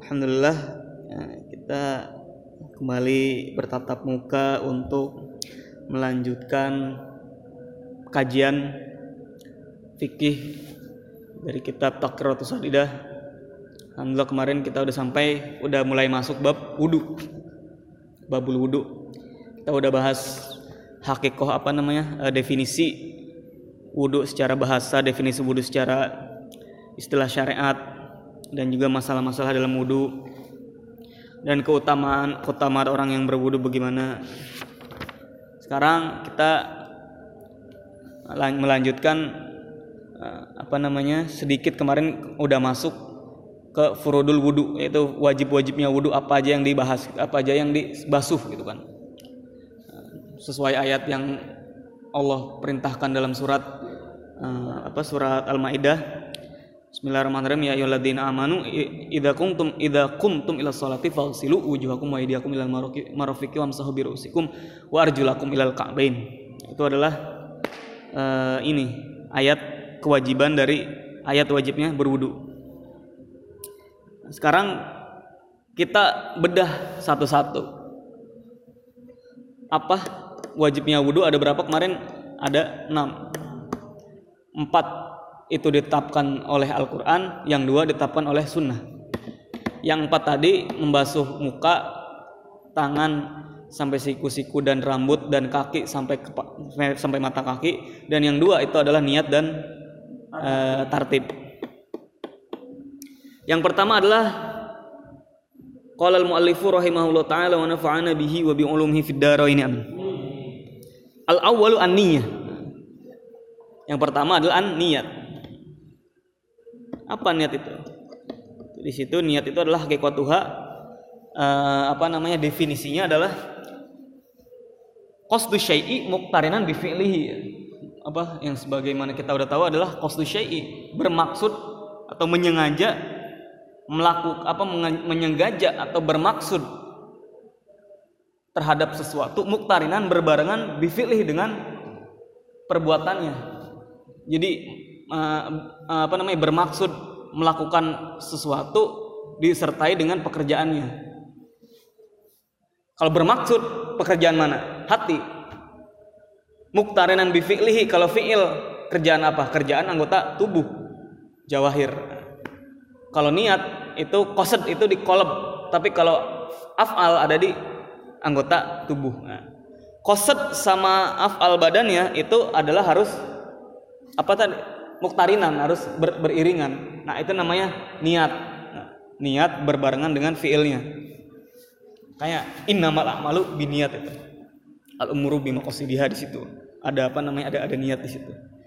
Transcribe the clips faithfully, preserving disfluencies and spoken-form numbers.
Alhamdulillah ya, kita kembali bertatap muka untuk melanjutkan kajian fikih dari kitab Taqriratus Shadidah. Alhamdulillah kemarin kita udah sampai, udah mulai masuk bab wudu, babul wudu. Kita udah bahas hakikoh apa namanya e, definisi wudu secara bahasa, definisi wudu secara istilah syariat, dan juga masalah-masalah dalam wudu dan keutamaan keutamaan orang yang berwudu bagaimana. Sekarang kita melanjutkan apa namanya sedikit, kemarin udah masuk ke furudul wudu, yaitu wajib-wajibnya wudu, apa aja yang dibahas, apa aja yang dibasuh gitu kan, sesuai ayat yang Allah perintahkan dalam surat apa surat Al-Maidah. Bismillahirrahmanirrahim. Ya ayyuhalladzina amanu idza qumtum idza qumtum ila sholati faghsilu wujuhakum wa aydiyakum ilal marafiqi wamsahu bi ru'usikum wa arjulakum ilal ka'bain. Itu adalah uh, ini ayat kewajiban dari ayat wajibnya berwudu. Sekarang kita bedah satu-satu. Apa wajibnya wudu? Ada berapa kemarin? Ada enam. Empat itu ditetapkan oleh Al-Quran, yang dua ditetapkan oleh Sunnah. Yang empat tadi membasuh muka, tangan sampai siku-siku dan rambut, dan kaki sampai ke, sampai mata kaki. Dan yang dua itu adalah niat dan e, tartib. Yang pertama adalah qala al-muallifu rahimahullah ta'ala wa nafa'ana bihi wa bi ulumihi fid dharain. Al-awwalu an-niyah. Yang pertama adalah an-niyat. Apa niat itu? Di situ niat itu adalah hakikatuha, uh, apa namanya definisinya adalah qasdu syai'i muqtarinan bi fi'lihi. Apa yang sebagaimana kita udah tahu adalah qasdu syai'i, bermaksud atau menyengaja melakukan apa menyengaja atau bermaksud terhadap sesuatu, muqtarinan berbarengan bi fi'lihi dengan perbuatannya. Jadi Uh, uh, apa namanya bermaksud melakukan sesuatu disertai dengan pekerjaannya. Kalau bermaksud pekerjaan mana? Hati. Muqtarinan bi fi'lihi, kalau fi'il kerjaan apa? Kerjaan anggota tubuh, jawahir. Kalau niat itu qasad itu di qalb, tapi kalau af'al ada di anggota tubuh. Nah, qasad sama af'al badannya itu adalah harus apa tadi? Muqtarinan, harus ber, beriringan. Nah, itu namanya niat. Nah, niat berbarengan dengan fiilnya. Kayak innamal a'malu binniyat itu. Al-umuru bimaqasidiha di situ. Ada apa namanya? Ada ada niat di situ.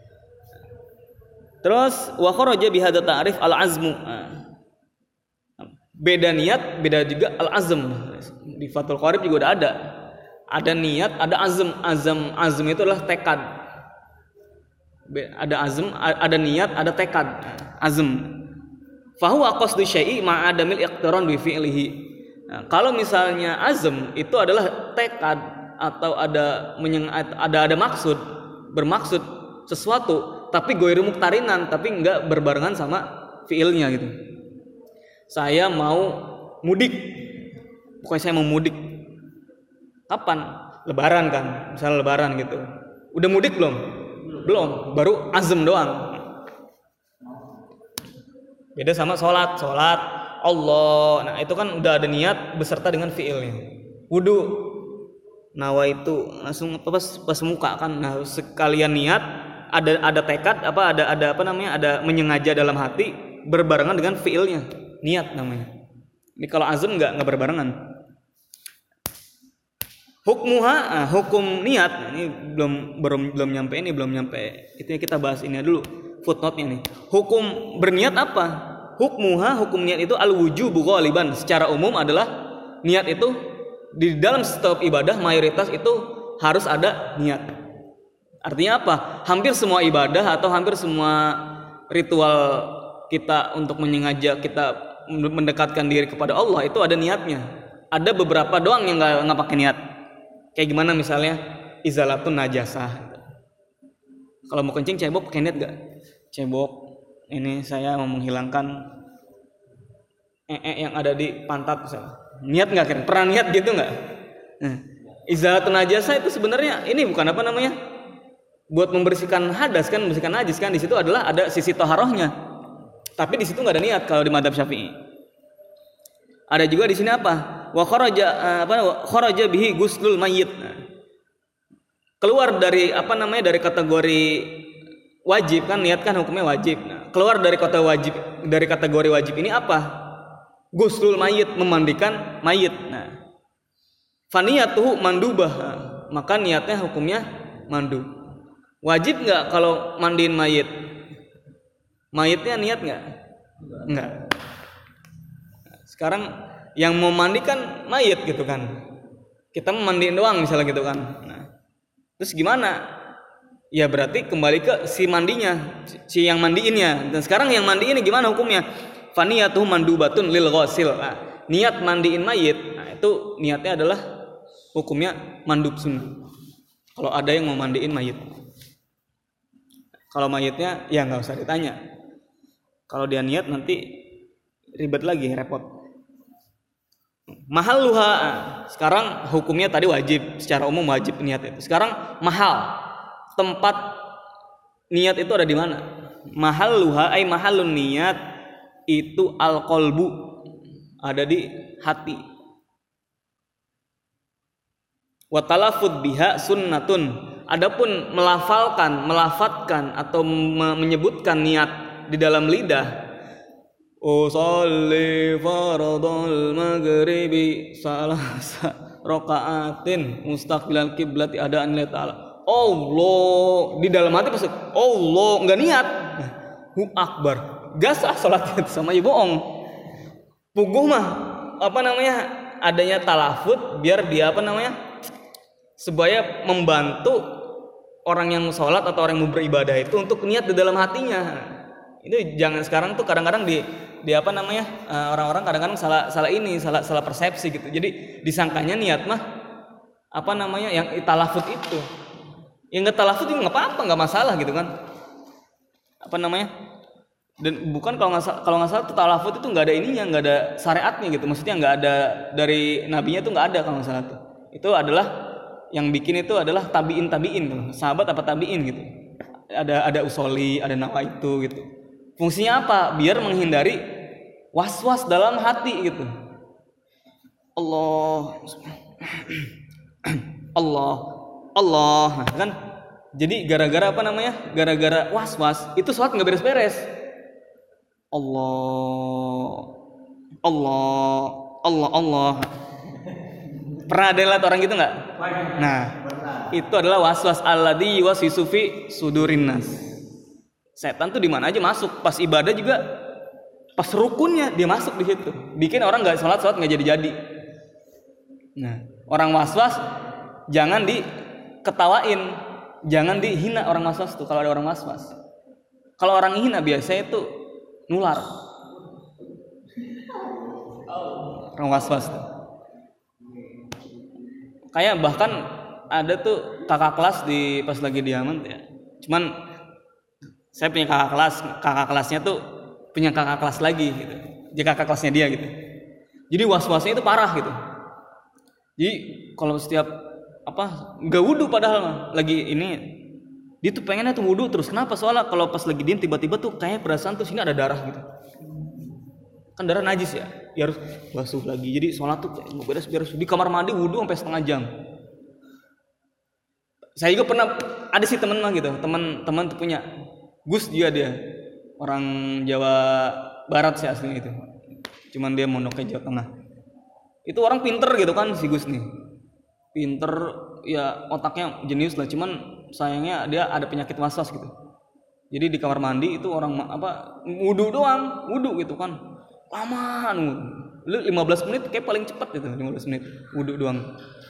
Terus wa kharaja bi hadza ta'rif al-azmu. Nah, beda niat, beda juga al-azm. Di Fathul Qarib juga udah ada. Ada niat, ada azm. Azm azm itu adalah tekad. Ada azm, ada niat, ada tekad. Azm. Fahuwa qasdu syai'i ma'adamil iqtiran bi fi'lihi. Nah, kalau misalnya azm itu adalah tekad atau ada menyeng, ada ada maksud, bermaksud sesuatu, tapi ghairu muqtarinan, tapi enggak berbarengan sama fi'ilnya gitu. Saya mau mudik. Pokoknya saya mau mudik. Kapan? Lebaran kan, misalnya lebaran gitu. Udah mudik belum? Belum, baru azm doang. Beda sama sholat, sholat Allah. Nah itu kan udah ada niat beserta dengan fiilnya. Wudu, nawa itu langsung pas pas muka kan. Nah sekalian niat, ada ada tekad, apa ada ada apa namanya, ada menyengaja dalam hati berbarengan dengan fiilnya. Niat namanya. Ini kalau azm nggak nggak berbarengan. Hukmuha, nah, hukum niat ini belum belum belum nyampe ini belum nyampe itu kita bahas ini dulu footnote-nya nih. Hukum berniat apa? Hukmuha, hukum niat itu al-wujubu ghaliban, secara umum adalah niat itu di dalam setiap ibadah mayoritas itu harus ada niat. Artinya apa? Hampir semua ibadah atau hampir semua ritual kita untuk menyengaja kita mendekatkan diri kepada Allah itu ada niatnya. Ada beberapa doang yang nggak nggak pakai niat. Kayak gimana misalnya izalatun najasah. Kalau mau kencing cebok pakai niat gak? Cebok ini saya mau menghilangkan ee yang ada di pantat misalnya. Niat nggak kira? Pernah niat gitu nggak? Nah, izalatun najasa itu sebenarnya ini bukan apa namanya? Buat membersihkan hadas kan, membersihkan najis kan, di situ adalah ada sisi toharohnya. Tapi di situ nggak ada niat kalau di madzhab Syafi'i. Ada juga di sini apa? Wa kharaja apa kharaja bihi guslul mayyit. Nah, keluar dari apa namanya dari kategori wajib kan, niat kan hukumnya wajib. Nah, keluar dari kata wajib dari kategori wajib ini apa? Guslul mayyit, memandikan mayit. Nah, faniyatuhu mandubah. Nah, maka niatnya hukumnya mandu. Wajib nggak kalau mandiin mayit? Mayitnya niat nggak? Nggak. Sekarang yang mau mandikan mayit gitu kan, kita memandiin doang misalnya gitu kan. Nah, terus gimana? Ya berarti kembali ke si mandinya, si yang mandiinnya. Dan sekarang yang mandi ini gimana hukumnya? Faniyatuhu mandubatun lil ghasil. Nah, niat mandiin mayit, nah itu niatnya adalah hukumnya mandub sunnah. Kalau ada yang mau mandiin mayit. Kalau mayitnya ya nggak usah ditanya. Kalau dia niat nanti ribet lagi, repot. Mahal luha. Sekarang hukumnya tadi wajib, secara umum wajib niat itu. Sekarang mahal. Tempat niat itu ada di mana? Mahal luha ay mahalun niat itu al-qalbu, ada di hati. Wa talaffuz biha sunnatun. Adapun melafalkan, melafatkan atau menyebutkan niat di dalam lidah, usolli faradul maghribi salasa rakaatin mustaqbilal qiblati adaan lillahi ta'ala. Allah di dalam hati maksud Allah, enggak niat. Hu akbar. Gas ah salatnya sama ibu bohong. Puguh mah apa namanya? Adanya talafut biar dia apa namanya? Supaya membantu orang yang sholat atau orang yang mau beribadah itu untuk niat di dalam hatinya. Itu jangan sekarang tuh kadang-kadang di di apa namanya uh, orang-orang kadang-kadang salah salah ini salah salah persepsi gitu. Jadi disangkanya niat mah apa namanya yang talafut itu. Yang nggak talafut itu nggak apa-apa, nggak masalah gitu kan. Apa namanya? Dan bukan kalau nggak kalau nggak salah tuh talafut itu nggak ada ininya, nggak ada syariatnya gitu. Maksudnya nggak ada dari nabinya tuh nggak ada kalau nggak salah tuh. Itu adalah yang bikin itu adalah tabiin tabiin tuh, sahabat apa tabiin gitu. Ada ada usoli, ada nawaitu gitu. Fungsinya apa? Biar menghindari was-was dalam hati gitu. Allah, Allah, Allah, nah, kan? Jadi gara-gara apa namanya? Gara-gara was-was itu sholat nggak beres-beres. Allah, Allah, Allah, Allah. Pernah ada lihat orang gitu nggak? Nah, itu adalah waswas alladzi yuwaswisu fi sudurin nas. Setan tuh di mana aja masuk. Pas ibadah juga, pas rukunnya dia masuk di situ. Bikin orang nggak sholat sholat nggak jadi-jadi. Nah, orang waswas jangan diketawain, jangan dihina orang waswas tuh kalau ada orang waswas. Kalau orang hina biasanya itu nular. Orang waswas tuh. Kayak bahkan ada tuh kakak kelas di pas lagi di Yaman ya. Cuman saya punya kakak kelas, kakak kelasnya tuh punya kakak kelas lagi gitu. Jadi kakak kelasnya dia gitu. Jadi was-wasnya itu parah gitu. Jadi kalau setiap apa nggak wudu padahal lagi ini dia tuh pengennya tuh wudu terus. Kenapa? Soalnya kalau pas lagi diem tiba-tiba tuh kayak perasaan tuh sini ada darah gitu. Kan darah najis ya, ya harus basuh lagi. Jadi sholat tuh kayak beres-beres di kamar mandi wudu sampai setengah jam. Saya juga pernah ada sih teman mah gitu, teman-teman tuh punya Gus dia dia orang Jawa Barat sih aslinya itu. Cuman dia mondoknya Jawa Tengah. Itu orang pinter gitu kan si Gus nih, pinter ya otaknya jenius lah. Cuman sayangnya dia ada penyakit waswas gitu. Jadi di kamar mandi itu orang apa wudu doang, wudu gitu kan. Lama nu lu lima belas menit kayak paling cepat gitu, lima belas menit wudu doang.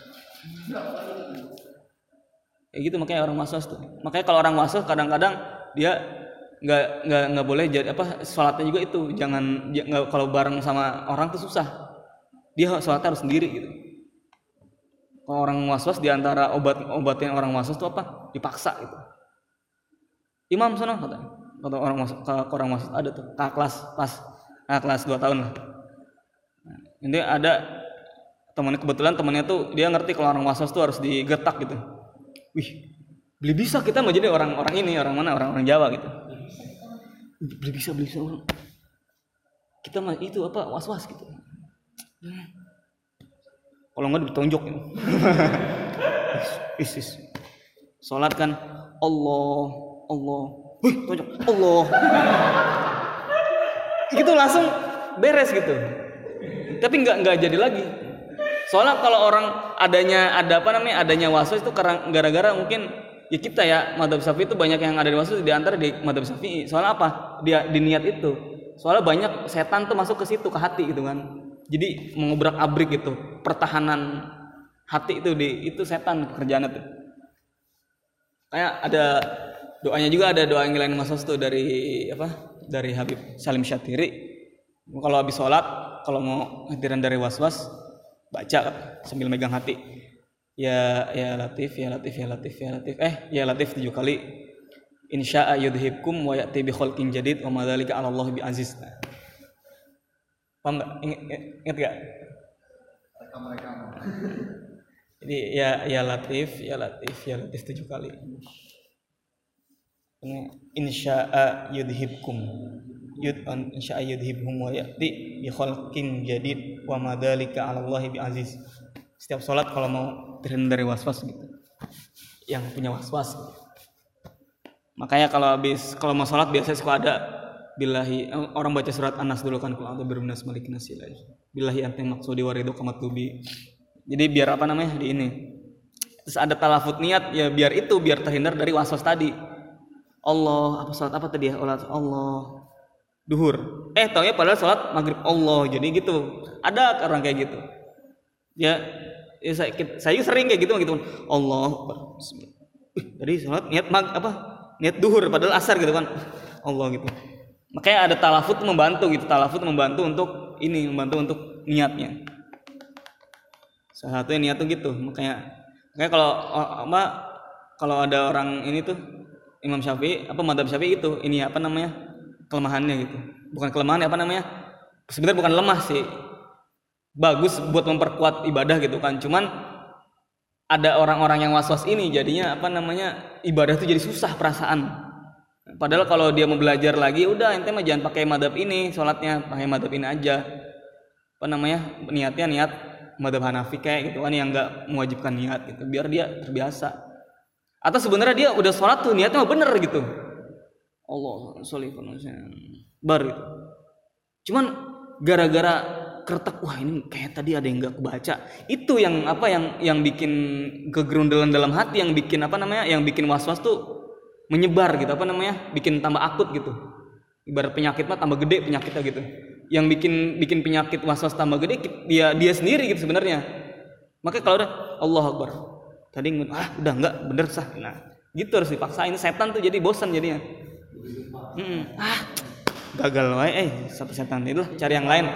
Kayak gitu makanya orang waswas tuh. Makanya kalau orang waswas kadang-kadang dia nggak nggak nggak boleh jadi apa sholatnya juga itu jangan nggak kalau bareng sama orang tuh susah. Dia sholatnya harus sendiri gitu. Kalau orang waswas diantara obat-obatnya orang waswas tuh apa? Dipaksa gitu. Imam sana kata kata orang waswas, orang waswas ada tuh kakak kelas pas kakak kelas dua tahun lah. Ini ada temannya, kebetulan temannya tuh dia ngerti kalau orang waswas tuh harus digertak gitu. Wih, beli bisa kita mau jadi orang-orang ini, orang mana, orang-orang Jawa gitu. Beli bisa, beli bisa. Kita mah itu apa, was-was gitu. Kalau nggak ditonjok gitu. is, is. Sholat kan Allah, Allah. Wih, tonjok Allah. Gitu langsung beres gitu. Tapi nggak nggak jadi lagi. Soalnya kalau orang adanya ada apa namanya adanya waswas itu karena gara-gara mungkin ya kita ya madzhab Syafi'i itu banyak yang ada di waswas di antara di madzhab Syafi'i. Soalnya apa? Dia di niat itu. Soalnya banyak setan tuh masuk ke situ ke hati gitu kan. Jadi mengobrak-abrik gitu. Pertahanan hati itu di itu setan pekerjaannya tuh. Kayak ada doanya juga, ada doa yang ngilangin waswas tuh dari apa? Dari Habib Salim Syatiri. Kalau habis sholat, kalau mau hadiran dari waswas baca sambil megang hati. Ya ya Latif, ya Latif, ya Latif, ya Latif. Eh, ya Latif tujuh kali. Insya'a yudhibkum wa ya'ti bi khalqin jadid wa ma dzalika 'ala Allah bi aziz. Paham enggak? Ingat, ingat enggak? Mereka. Jadi ya ya Latif, ya Latif, ya Latif tujuh kali. Ini insya'a yudhibkum. Yud insya'a yudhibhum wa ya'ti bi khalqin jadid wa ma dzalika 'ala Allah bi aziz. Setiap salat kalau mau terhindar dari waswas gitu. Yang punya waswas. Makanya kalau habis kalau mau salat biasanya suka ada billahi orang baca surat An-Nas dulu kan kalau ada berminas malikin nasil. Billahi anta maqsudi waridu kamatubi. Jadi biar apa namanya di ini. Terus ada talafut niat ya biar itu biar terhindar dari waswas tadi. Allah apa salat apa tadi ya? Allah duhur. Eh taunya padahal salat maghrib Allah. Jadi gitu. Ada orang kayak gitu. Ya, ya saya, saya sering kayak gitu gitu. Allah Jadi salat niat mag apa? Niat duhur padahal asar gitu kan. Allah gitu. Makanya ada talafut membantu gitu. Talafut membantu untuk ini, membantu untuk niatnya. Salah satunya niat tuh gitu. Makanya makanya kalau apa kalau ada orang ini tuh Imam Syafi'i apa madzhab Syafi'i itu ini apa namanya? Kelemahannya gitu. Bukan kelemahan apa namanya? Sebenarnya bukan lemah sih. Bagus buat memperkuat ibadah gitu kan. Cuman ada orang-orang yang was-was ini jadinya apa namanya? Ibadah tuh jadi susah perasaan. Padahal kalau dia mau belajar lagi udah ente mah jangan pakai madzhab ini, salatnya pakai madzhab ini aja. Apa namanya? Niatnya niat madzhab Hanafi kayak gitu kan yang enggak mewajibkan niat gitu biar dia terbiasa. Atau sebenarnya dia udah salat tuh niatnya mah bener gitu. Allah sholli bar gitu. Cuman gara-gara kertek wah ini kayak tadi ada yang enggak kebaca. Itu yang apa yang yang bikin kegerundelan dalam hati, yang bikin apa namanya? Yang bikin was-was tuh menyebar gitu apa namanya? Bikin tambah akut gitu. Ibarat penyakit mah tambah gede penyakitnya gitu. Yang bikin bikin penyakit was-was tambah gede dia dia sendiri gitu sebenarnya. Makanya kalau udah Allah Akbar. Tadi ah udah enggak bener sah. Nah, gitu harus dipaksain. Setan tuh jadi bosan jadinya. Hmm, ah gagal wae eh satu setan itu cari yang lain.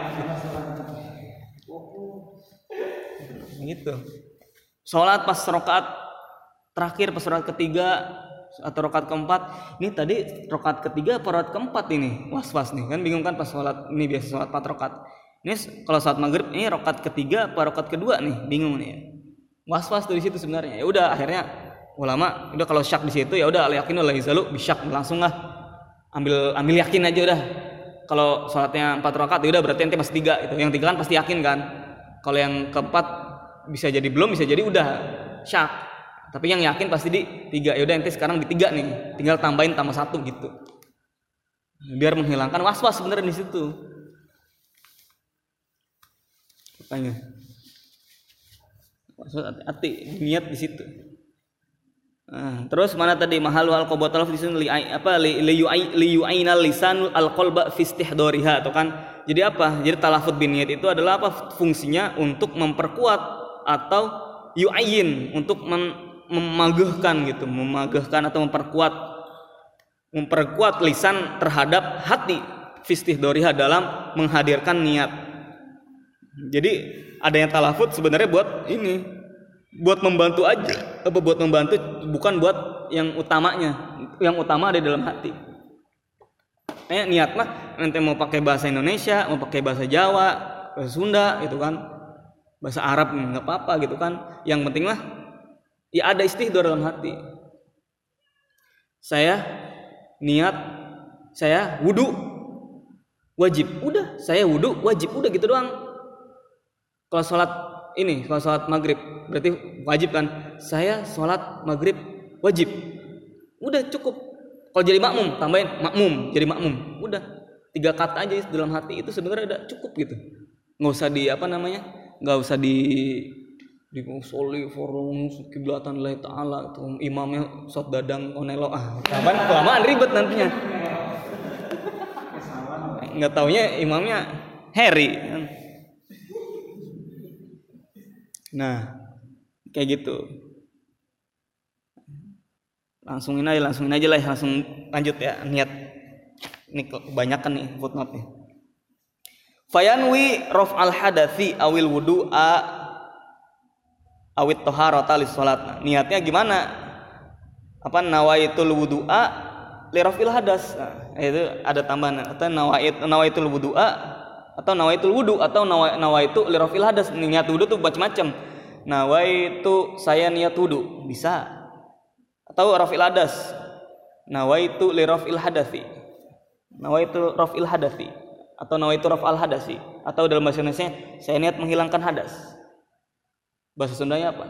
Gitu. Salat pas rakaat terakhir pas rakaat ketiga atau rakaat keempat. Ini tadi rakaat ketiga atau rakaat keempat ini? Was-was nih. Kan bingung kan pas salat ini biasa salat empat rakaat. Ini kalau salat maghrib ini rakaat ketiga atau rakaat kedua nih? Bingung nih ya. Was-was tuh di situ sebenarnya. Ya udah akhirnya ulama udah kalau syak di situ ya udah yakin lah izalu bisyak langsung lah. Ambil ambil yakin aja udah. Kalau salatnya empat rakaat ya udah berarti ente masih tiga itu. Yang tiga kan pasti yakin kan. Kalau yang keempat bisa jadi belum, bisa jadi udah syak. Tapi yang yakin pasti di tiga. Ya udah ente sekarang di tiga nih. Tinggal tambahin tambah satu gitu. Biar menghilangkan was-was sebenarnya di situ. Apanya? Was-was hati-hati niat di situ. Nah, terus mana tadi mahal wal qabatul fi sini li apa li li yu'ainal lisan al qalba fi istihdariha atau kan jadi apa jadi talafut bin niat itu adalah apa fungsinya untuk memperkuat atau yu'ain untuk mem, memagahkan gitu memagahkan atau memperkuat memperkuat lisan terhadap hati fi istihdariha dalam menghadirkan niat. Jadi adanya talafut sebenarnya buat ini buat membantu aja apa buat membantu bukan buat yang utamanya yang utama ada di dalam hati. Eh niat mah nanti mau pakai bahasa Indonesia mau pakai bahasa Jawa bahasa Sunda gitu kan, bahasa Arab nggak apa-apa gitu kan. Yang penting mah ya ada istihdor dalam hati. Saya niat, saya wudu wajib, udah saya wudu wajib, udah gitu doang. Kalau sholat ini, kalau sholat maghrib berarti wajib kan, saya sholat maghrib wajib, udah cukup. Kalau jadi makmum tambahin makmum, jadi makmum, udah tiga kata aja dalam hati itu sebenarnya udah cukup gitu. Nggak usah di apa namanya, nggak usah di di soli forum kiblatan lillahi ta'ala itu imamnya sot dadang onelo ah kapan kelamaan ribet nantinya. Nggak taunya imamnya Harry. Nah kayak gitu, langsungin aja langsungin aja lah langsung lanjut ya niat. Ini kebanyakan nih footnote-nya. Fayanwi raf'al hadathi awil wudu'a awit toharota lis sholat. Niatnya gimana? Apa nawaitul wudu'a li raf'il hadas. Nah, itu ada tambahan atau nawait nawaitul wudu'a atau nawaitul wudu atau nawaitu li raf'il hadas. Niat wudu tuh macam-macam. Nawaitu saya niat wudu bisa. Atau raf'il hadas. Nawaitu li raf'il hadathi. Nawaitu raf'il hadathi atau nawaitu raf'al hadasi atau dalam bahasa Indonesia saya niat menghilangkan hadas. Bahasa Sundanya apa?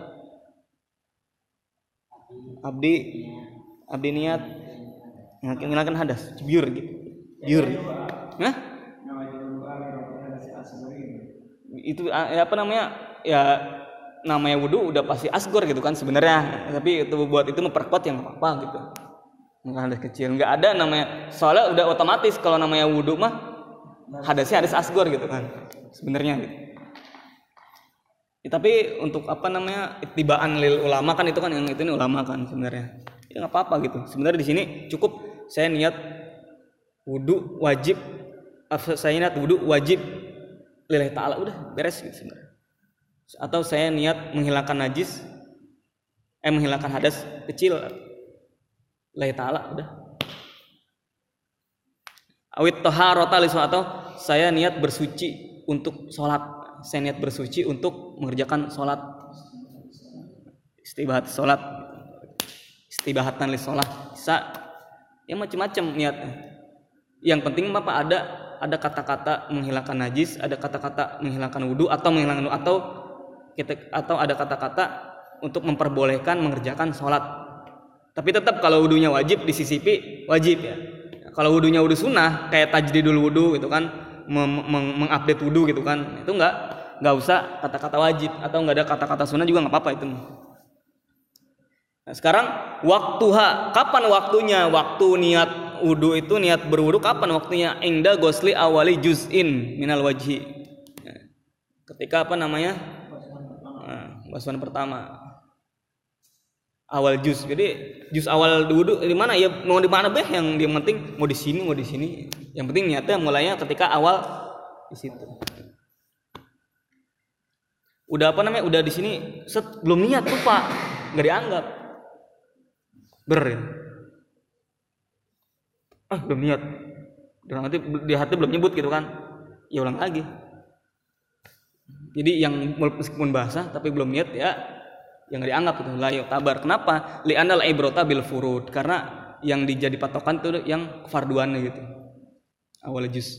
Abdi abdi niat menghilangkan hadas, biur gitu. Biur. Hah? Itu apa namanya? Ya namanya wudu udah pasti asgor gitu kan sebenarnya. Tapi itu buat itu memperkuat yang apa-apa gitu. Enggak hadas kecil, enggak ada namanya. Soalnya udah otomatis kalau namanya wudu mah hadasnya hadas asgor gitu kan. Sebenarnya gitu. Ya, tapi untuk apa namanya ittibaan lil ulama kan itu kan yang itu ini ulama kan sebenarnya ya nggak apa-apa gitu sebenarnya. Di sini cukup saya niat wudu wajib, saya niat wudu wajib lillahi ta'ala, udah beres gitu sebenarnya. Atau saya niat menghilangkan najis eh menghilangkan hadas kecil lillahi ta'ala, udah. Awit taharata li atau saya niat bersuci untuk sholat, saya niat bersuci untuk mengerjakan sholat, istibahat sholat, istibahatan li sholat, bisa ya macam-macam niatnya. Yang penting apa ada ada kata-kata menghilangkan najis, ada kata-kata menghilangkan wudu atau menghilangkan wudu, atau kita atau ada kata-kata untuk memperbolehkan mengerjakan sholat. Tapi tetap kalau wudunya wajib disisipi wajib ya. Kalau wudunya wudu sunnah kayak tajdidul wudu gitu kan, mengupdate wudu gitu kan, itu enggak enggak usah kata-kata wajib atau enggak ada kata-kata sunnah juga enggak apa-apa itu. Nah, sekarang waktuha, kapan waktunya? Waktu niat wudu itu niat berwudu kapan waktunya? Inda ghusli awali juz'in minal wajhi. Nah, ketika apa namanya? Nah, basuhan pertama. Awal juz. Jadi juz awal wudu di mana? Ya mau di mana beh, yang yang penting mau di sini, mau di sini. Yang penting niatnya mulainya ketika awal di situ. Udah apa namanya? Udah di sini set belum niat lupa, enggak dianggap. Ber. Ah, belum niat. Dan nanti di hati belum nyebut gitu kan. Ya ulang lagi. Jadi yang meskipun basah tapi belum niat ya yang enggak dianggap itu la yu'tabar. Kenapa? Li'anal ibrata bil furud. Karena yang dijadi patokan itu yang farduannya gitu. Awal juz.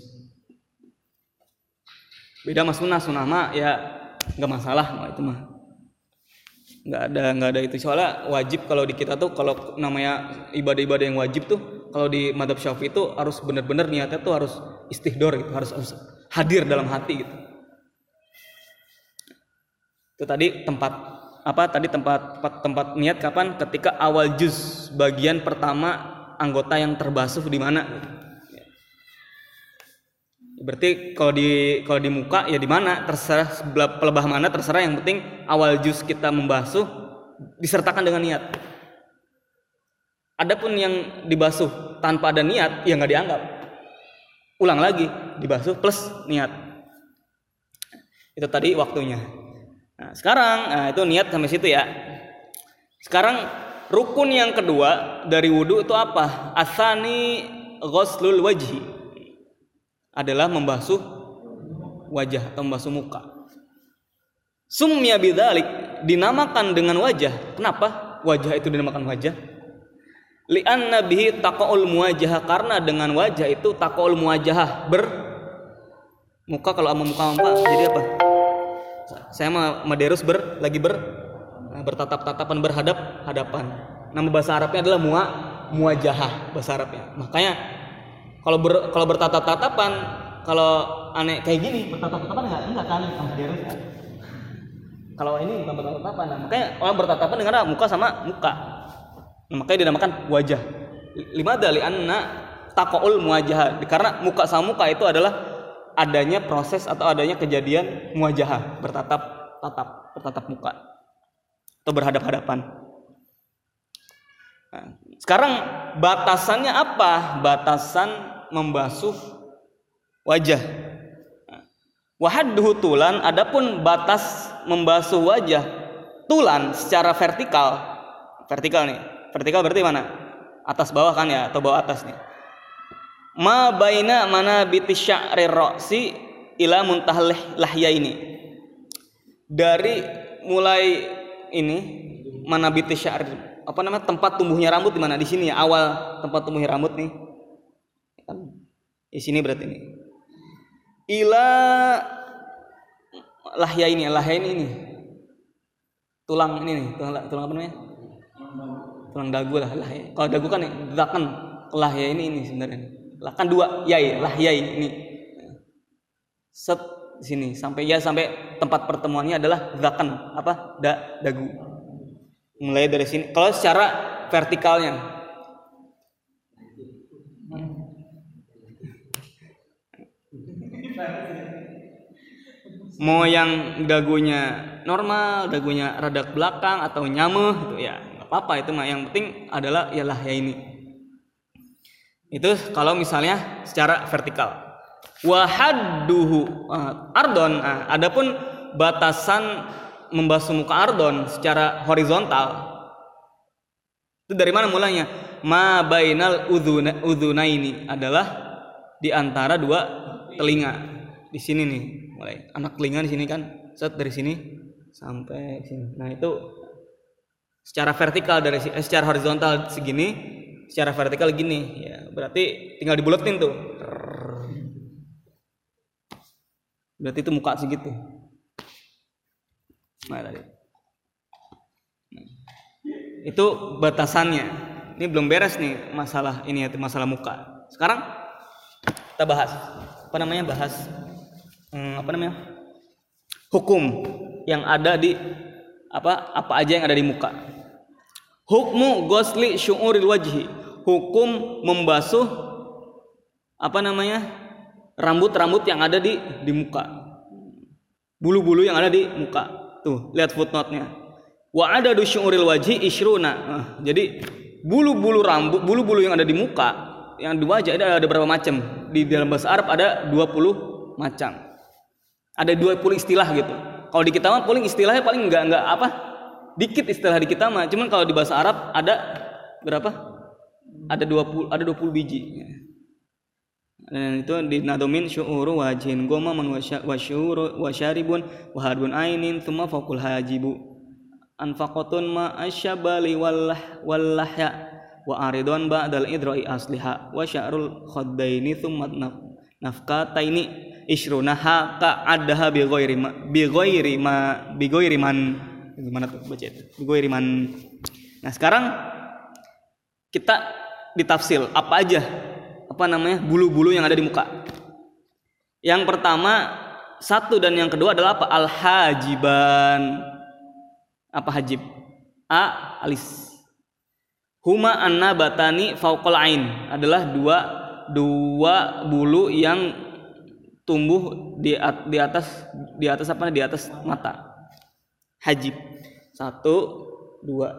Beda mas sunnah, sunnah mah ya enggak masalah mah itu mah. Enggak ada enggak ada itu. Soalnya wajib kalau di kita tuh kalau namanya ibadah-ibadah yang wajib tuh kalau di mazhab Syafi'i itu harus benar-benar niatnya tuh harus istihdor gitu, harus, harus hadir dalam hati gitu. Itu tadi tempat apa tadi tempat tempat niat kapan? Ketika awal juz, bagian pertama anggota yang terbasuh di mana? Berarti kalau di kalau di muka ya di mana? Terserah sebelah pelebah mana terserah, yang penting awal juz kita membasuh disertakan dengan niat. Adapun yang dibasuh tanpa ada niat ya nggak dianggap. Ulang lagi dibasuh plus niat. Itu tadi waktunya. Nah, sekarang nah itu niat sampai situ ya. Sekarang rukun yang kedua dari wudu itu apa? Asani ghuslul wajhi, adalah membasuh wajah atau membasuh muka. Summiya bidzalik, dinamakan dengan wajah. Kenapa wajah itu dinamakan wajah? Li'anna bihi taqaul muwajahah, karena dengan wajah itu taqaul muwajahah, ber muka kalau sama muka muka jadi apa? Saya mah maderus ber lagi ber bertatap-tatapan, berhadap hadapan. Nama bahasa Arabnya adalah muwa muwajahah bahasa Arabnya. Makanya kalau ber, kalau bertatap-tatapan, kalau aneh kayak gini bertatap-tatapan enggak enggak kan sama maderus. Kalau ini bukan bertatapan, nah, makanya orang bertatapan dengan muka sama muka. Nah, makanya dinamakan wajah. Lima dali anna taqaul muwajahah, karena muka sama muka itu adalah adanya proses atau adanya kejadian muwajahah, bertatap tatap bertatap muka atau berhadap-hadapan. Nah, sekarang batasannya apa? Batasan membasuh wajah. Wahadduhu tulan, adapun batas membasuh wajah tulan secara vertikal. Vertikal nih. Vertikal berarti mana? Atas bawah kan ya, atau bawah atas nih. Ma baina manabiti sya'ri ra'si ila muntahal lahya ini. Dari mulai ini manabiti sya'ri, apa namanya? Tempat tumbuhnya rambut di mana? Di sini ya, awal tempat tumbuhnya rambut nih. Di sini berarti ini. Ila lahya ini, lahya ini, ini tulang ini nih, tulang, tulang apa namanya? Tulang dagu lah, lahya. Kalau dagu kan dakan, lahya ini ini sebenarnya. Lah kan dua, yai, lahya ini, ini. Set sini sampai ya sampai tempat pertemuannya adalah dakan apa? Da, dagu. Mulai dari sini. Kalau secara vertikalnya. Mau yang dagunya normal, dagunya rada ke belakang atau nyameh gitu ya, nggak apa-apa itu mah. Yang penting adalah ya lahya ini. Itu kalau misalnya secara vertikal. Wahadduhu uh, ardon. Nah, adapun batasan membasuh muka ardon secara horizontal itu dari mana mulanya? Ma bainal udhuna, udhunaini, adalah di antara dua telinga. Di sini nih, mulai anak telinga di sini kan, set dari sini sampai sini. Nah, itu secara vertikal dari eh, secara horizontal segini, secara vertikal gini ya. Berarti tinggal dibuletin tuh. Berarti itu muka segitu. Nah, tadi. Nah, itu batasannya. Ini belum beres nih masalah ini ya, masalah muka. Sekarang kita bahas apa namanya? Bahas Hmm, apa namanya? Hukum yang ada di apa apa aja yang ada di muka. Hukmu ghusli syu'uril wajhi, hukum membasuh apa namanya? Rambut-rambut yang ada di di muka. Bulu-bulu yang ada di muka. Tuh, lihat footnote-nya. Wa adadu syu'uril wajhi isyruna. Nah, jadi bulu-bulu rambut, bulu-bulu yang ada di muka, yang di wajah ada, ada berapa macam? Di dalam bahasa Arab ada dua puluh macam. Ada dua puluh istilah gitu. Kalau di kita mah paling istilahnya paling enggak enggak apa? Dikit istilah di kita mah. Cuman kalau di bahasa Arab ada berapa? Ada dua puluh, ada dua puluh biji. Dan itu di nadomin syu'uru wajhin goma man wasyuru wasyaribun wahadun ainin thumma faqul hajibu anfaqatun ma asyabali wallah wallahya wa aridun ba'dal idra'i asliha wa sya'rul khaddaini thumma nafqataini isrunaha ka'adaha bi ghairi ma bi ghairi ma bi ghairi man. Gimana tuh baca itu? Bi ghairi man. Nah, sekarang kita ditafsil apa aja apa namanya bulu-bulu yang ada di muka. Yang pertama satu dan yang kedua adalah apa? Al-hajiban. Apa hajib? A, alis. Huma annabatani fauqal ain, adalah dua dua bulu yang tumbuh di di atas di atas apa di atas mata. Hajib. Satu, dua.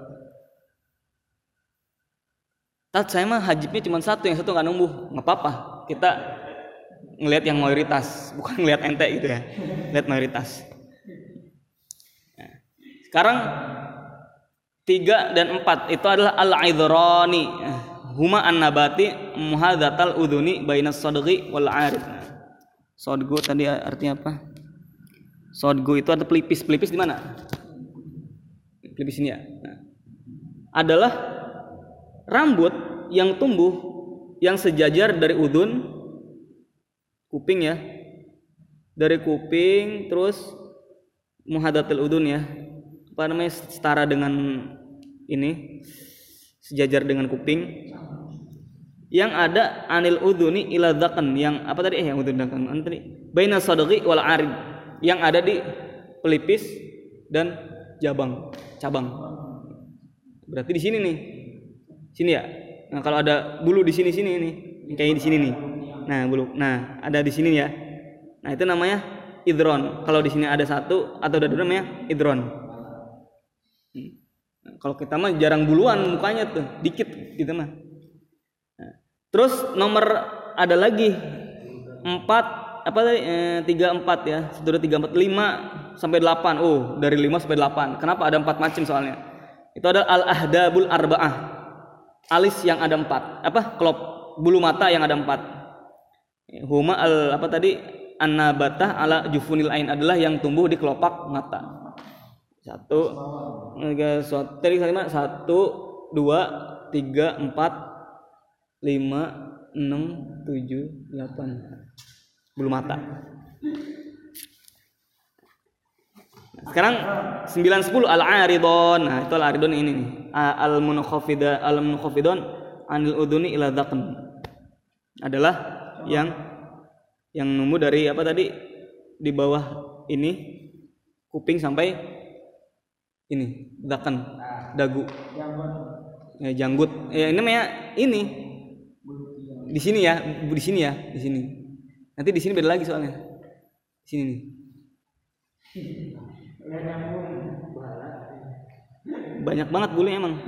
Tat saya mah hajibnya cuma satu, yang satu nggak numbuh, nggak apa-apa. Kita ngelihat yang mayoritas, bukan ngelihat ente gitu ya. Lihat mayoritas. Nah, sekarang tiga dan empat itu adalah al-idhrani. Huma an-nabati muhadzatal udhuni bainas sadghi wal 'arid. Sodgo tadi artinya apa? Sodgo itu ada pelipis. Pelipis di mana? Pelipis ini ya. Nah, adalah rambut yang tumbuh yang sejajar dari udun, kuping ya, dari kuping terus muhadatil udun ya, apa namanya, setara dengan ini, sejajar dengan kuping, yang ada anil uduni ila dhakan, yang apa tadi eh yang udun dhakan an tadi baina sadghi wal arid, yang ada di pelipis dan jabang cabang. Berarti di sini nih, sini ya. Nah kalau ada bulu di sini sini nih, kayak di sini nih. Nah bulu, nah ada di sini ya. Nah itu namanya idron. Kalau di sini ada satu atau ada dua namanya idron. Hmm. Nah, kalau kita mah jarang buluan mukanya tuh, dikit gitu mah. Nah, terus nomor ada lagi empat apa tadi eh, tiga empat ya, sudah tiga empat lima sampai delapan. Oh dari lima sampai delapan. Kenapa ada empat macam soalnya? Itu ada al-ahdabul arba'ah, alis yang ada empat, apa kelop bulu mata yang ada empat. Huma al apa tadi an-nabatah ala jufunil ain, adalah yang tumbuh di kelopak mata. Satu, tiga, tadi lima, satu, dua, tiga, empat, lima, enam, tujuh, delapan bulu mata. Sekarang sembilan sepuluh al-aridon. Nah, itu al-aridon ini nih. Al-munkhafida al-munkhafidon anil uduni ila dhaqn. Adalah yang yang numbuh dari apa tadi di bawah ini kuping sampai ini dhaqn, dagu. Ya, janggut. Ya, ini namanya ini. Di sini ya, di sini ya, di sini. Nanti di sini beda lagi soalnya. Di sini nih. Banyak banget bulunya emang.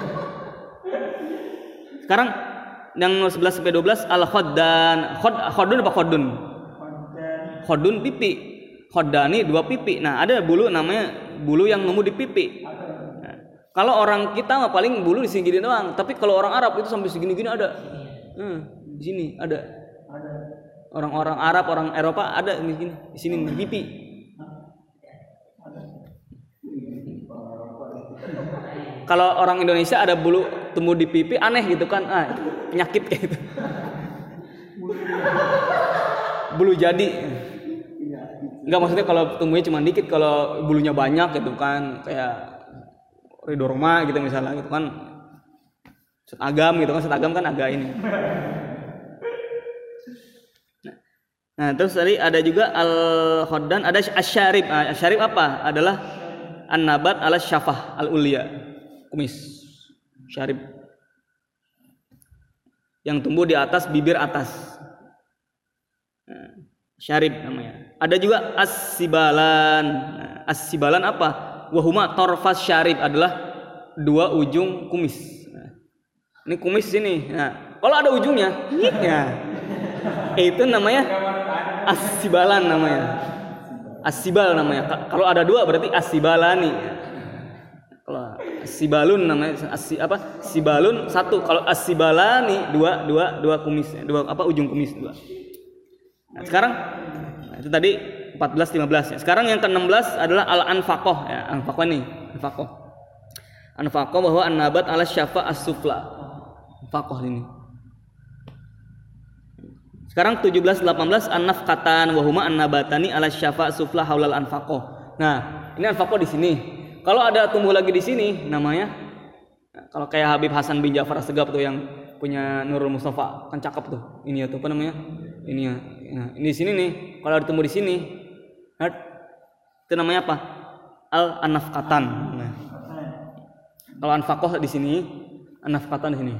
Sekarang yang sebelas sampai dua belas al-khaddan. Khod khodun apa khodun? Khodun pipi. Khoddani dua pipi. Nah, ada bulu namanya bulu yang nemu di pipi. Nah, kalau orang kita mah paling bulu di sini gini doang, tapi kalau orang Arab itu sampai segini-gini ada. Hmm, di sini ada. Orang-orang Arab, orang Eropa ada di sini, di sini di pipi. Kalau orang Indonesia ada bulu tumbuh di pipi, aneh gitu kan, ah penyakit kayak gitu. Bulu jadi. Enggak, maksudnya kalau tumbuhnya cuma dikit, kalau bulunya banyak gitu kan, kayak ridorma gitu misalnya gitu kan, setagam gitu kan, setagam kan agak ini. Nah terus tadi ada juga al-khaddan, ada asyarib. Nah, asyarib apa? Adalah an-nabat ala syafah al-ulya, kumis syarib yang tumbuh di atas bibir atas. Nah, syarib namanya. Ada juga as-sibalan. Nah, as-sibalan apa? Wahuma torfas syarib, adalah dua ujung kumis. Nah, ini kumis sini. Nah, kalau ada ujungnya, ya, itu namanya as-sibalan namanya. As-sibal namanya. Kalau ada dua berarti as-sibalani. Kalau as-sibalun namanya as apa? Sibalun satu. Kalau as-sibalani dua dua dua kumis, dua apa ujung kumis dua. Nah, sekarang nah, itu tadi empat belas lima belas ya. Sekarang yang ke enam belas adalah al-anfaqah ya. Anfaqah nih, anfaqah. Anfaqah bahwa an-nabat ala syafa as-sufla. Anfaqah ini. Sekarang tujuh belas delapan belas an-nafqatan wa huma an-nabatani ala syafa sufla haulal anfaqah. Nah, ini anfaqah di sini. Kalau ada tumbuh lagi di sini namanya, kalau kayak Habib Hasan bin Ja'far As-Segaf tuh yang punya Nurul Mustafa, kan cakep tuh. Ini ya tuh apa namanya? Ini ya. Nah, ini di sini nih. Kalau ada tumbuh di sini, itu namanya apa? Al-anfaqatan. Nah, kalau anfaqah di sini, an-nafqatan di sini.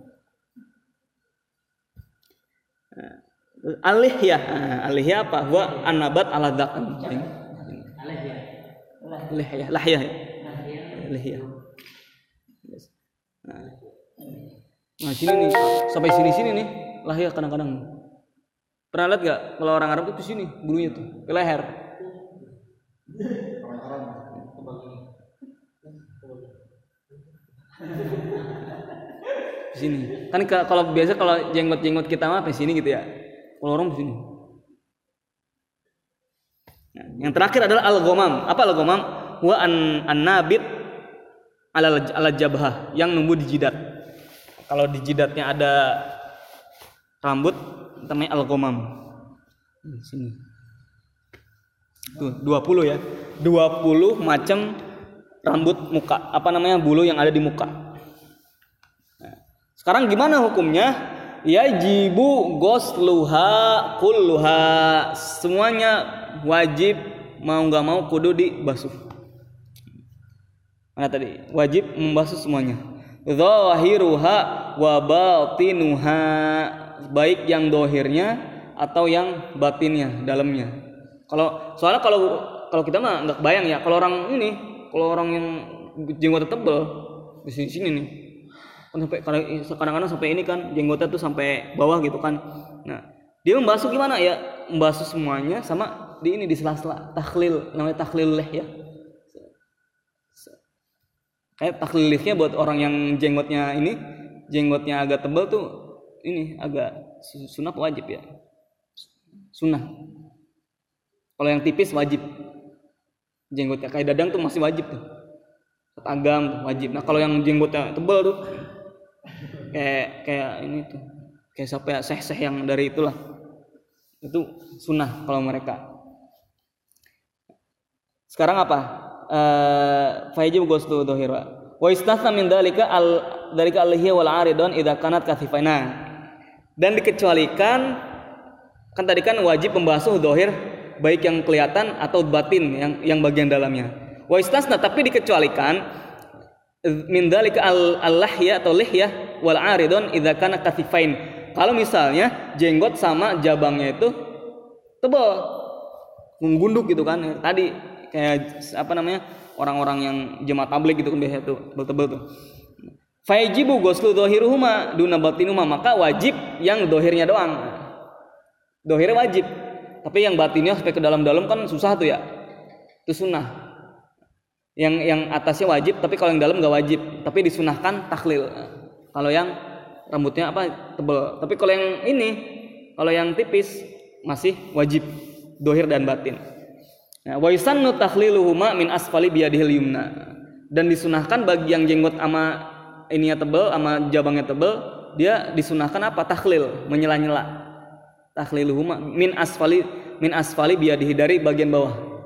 Alihya, alihya apa? Wa an-nabat ala dhaqan. Alihya. Alihya, lahya. Alihya. Nah. Nah, sini nih, sampai sini-sini nih, lahya kadang-kadang. Pernah lihat enggak kalau orang Arab itu di sini bulunya tuh, ke leher. Di sini. Kan kalau biasa kalau jenggot-jenggot kita mah di sini gitu ya. Kalau orang di sini. Nah, yang terakhir adalah al-ghamam. Apa al-ghamam? Wa an an-nabit ala ala jabhah, yang numbuh di jidat. Kalau di jidatnya ada rambut namanya al-ghamam. Sini. Tuh, dua puluh ya. dua puluh macam rambut muka, apa namanya, bulu yang ada di muka. Nah, sekarang gimana hukumnya? Yajibu ghusluha kulluha. Semuanya wajib, mau enggak mau kudu dibasuh. Mana tadi? Wajib membasuh semuanya. Zahiruha wa batinuha, baik yang dohirnya atau yang batinnya, dalamnya. Kalau soalnya kalau kalau kita mah nggak bayang ya, kalau orang ini, kalau orang yang jenggotnya tebel di sini sini nih, kan sampai kadang-kadang sampai ini kan jenggotnya tuh sampai bawah gitu kan. Nah, dia membasuh gimana ya? Membasuh semuanya sama di ini, di sela-sela, takhlil, namanya takhlil leh ya. Kayak takhlil lehnya buat orang yang jenggotnya ini, jenggotnya agak tebal tuh ini agak sunat wajib ya. Sunnah. Kalau yang tipis wajib. Jenggotnya kayak dadang tuh masih wajib tuh. Agam tuh wajib. Nah, kalau yang jenggotnya tebal tuh kayak kayak ini tuh, kayak siapa ya, seh-seh yang dari itulah. Itu sunnah kalau mereka. Sekarang apa? Eh fayajib ghuslu dhahira. Wa istathna min dzalika al dzalika al-lihya wal 'aridun idza kanat kathifaina. Dan dikecualikan, kan tadi kan wajib membasuh dhahir baik yang kelihatan atau batin yang yang bagian dalamnya. Wa istasna, tapi dikecualikan min dzalika al-lahya atau lihyah wal 'aridun idza kana kathifain. Kalau misalnya jenggot sama jabangnya itu tebal, menggunduk gitu kan. Tadi kayak apa namanya? Orang-orang yang jemaah tabligh gitu kan biasanya tuh tebal-tebal tuh. Fayajibu ghuslu dhahiruhuma duna batinuhuma, maka wajib yang dohirnya doang. Dohirnya wajib. Tapi yang batinnya sampai ke dalam-dalam kan susah tuh ya. Itu sunnah. Yang yang atasnya wajib, tapi kalau yang dalam enggak wajib, tapi disunahkan takhlil. Kalau yang rambutnya apa tebal. Tapi kalau yang ini, kalau yang tipis masih wajib dohir dan batin. Nah, wa yusannu takhliluhuma min asfali biyadihil yumna. Dan disunahkan bagi yang jenggot ama ininya tebal, ama jabangnya tebal, dia disunahkan apa? Takhlil, menyela-nyela. Takhliluhuma min asfali min asfali biyadihi, dari bagian bawah.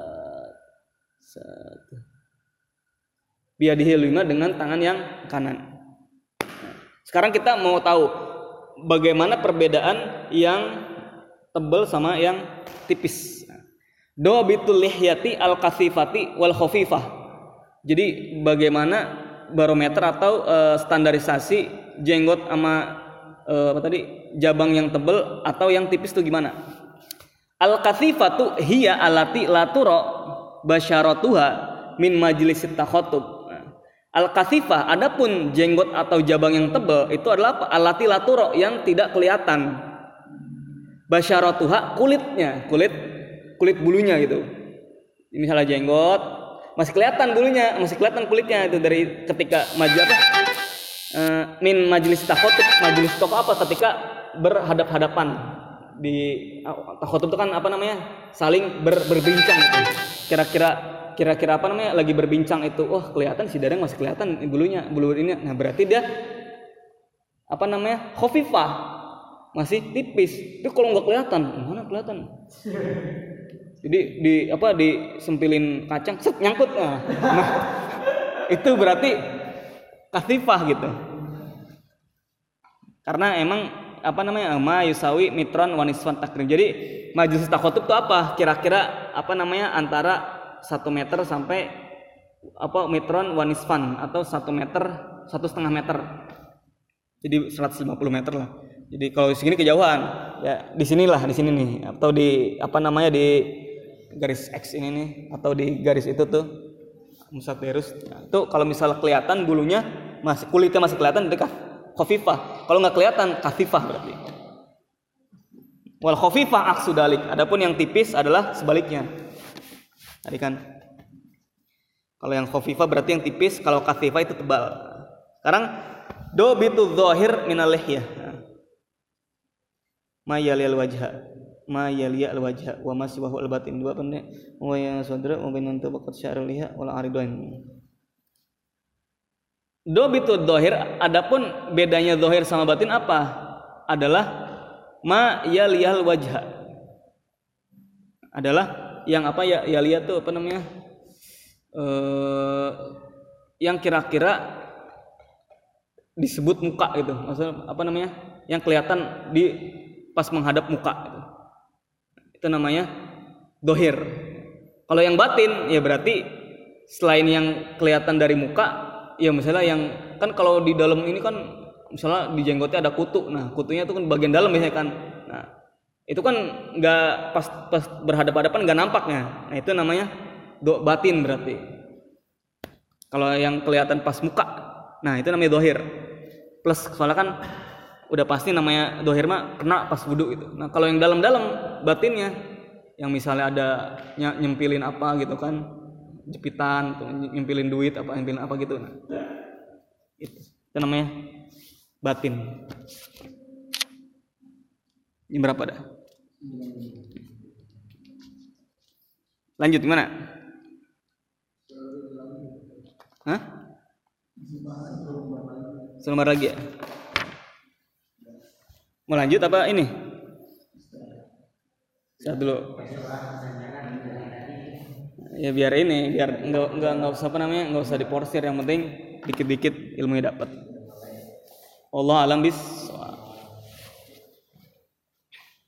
Biyadihil yumna, dengan tangan yang kanan. Sekarang kita mau tahu bagaimana perbedaan yang tebal sama yang tipis. Dhabitul lihyati al-kathifati wal khafifah. Jadi bagaimana barometer atau e, standarisasi jenggot sama e, apa tadi jabang yang tebal atau yang tipis itu gimana? Al-kathifatu hiya alati la tura basyaratuha min majlisit takhatub. Al-kathifah, adapun jenggot atau jabang yang tebal itu adalah apa? Alati la tura, yang tidak kelihatan. Basyaratuha, kulitnya, kulit kulit bulunya gitu. Misalnya jenggot masih kelihatan bulunya, masih kelihatan kulitnya itu dari ketika maju apa? E, min majlis takhotub, majlis toko apa? Ketika berhadap-hadapan di takhotub itu kan apa namanya? Saling ber, berbincang gitu. Kira-kira kira-kira apa namanya? Lagi berbincang itu, wah oh, kelihatan si dadang masih kelihatan bulunya, bulu ini. Nah, berarti dia apa namanya? Khafifah, masih tipis. Itu kalau nggak kelihatan, mana kelihatan? Jadi di apa disempilin kacang, set nyangkut. Nah, nah itu berarti kathifah gitu. Karena emang apa namanya? Ma yusawi mitron waniswan takrim. Jadi majlis takhotub itu apa? Kira-kira apa namanya? Antara satu meter sampai apa mitron wanisfan, atau satu meter, satu setengah meter. Jadi seratus lima puluh meter lah. Jadi kalau di sini kejauhan, ya di sinilah, di sini nih, atau di apa namanya di garis X ini nih, atau di garis itu tuh musatirus. Nah, itu kalau misalnya kelihatan bulunya masih, kulitnya masih kelihatan, itu khafifah. Kalau nggak kelihatan, kathifah berarti. Wal khafifah aksu dalik. Adapun yang tipis adalah sebaliknya. Tadi kan kalau yang khafifah berarti yang tipis, kalau kathifah itu tebal. Sekarang do bitu dzahir minal lihyah. Mayalil wajha. ma yaliya al-wajha wa ma siwahu al-batin dua pendek wa ya sadra wa bainun tabaqat sya'rul liha wal aridain. Dobitud dohir, adapun bedanya dohir sama batin apa? Adalah ma yaliyal wajha. Adalah yang apa ya yaliyah tuh apa namanya? Eh, yang kira-kira disebut muka gitu. Maksudnya apa namanya? Yang kelihatan di pas menghadap muka gitu. Itu namanya dohir. Kalau yang batin ya berarti selain yang kelihatan dari muka, ya misalnya yang kan kalau di dalam ini kan misalnya di jenggotnya ada kutu, nah kutunya itu kan bagian dalam biasanya kan, nah itu kan nggak pas pas berhadapan-hadapan nggak nampaknya, nah itu namanya do batin berarti. Kalau yang kelihatan pas muka, nah itu namanya dohir. Plus soalnya kan udah pasti namanya dohir mah kena pas wudu itu. Nah kalau yang dalam-dalam batinnya, yang misalnya ada nyempilin apa gitu kan, jepitan, nyempilin duit apa, nyempilin apa gitu, nah itu, itu namanya batin. Ini berapa dah? Lanjut gimana? Hah? Selembar lagi ya? Mau lanjut apa ini? Saya dulu. Ya biar ini, biar nggak nggak nggak usah apa namanya, nggak usah diporsir, yang penting dikit-dikit ilmunya dapat. Allah alam bis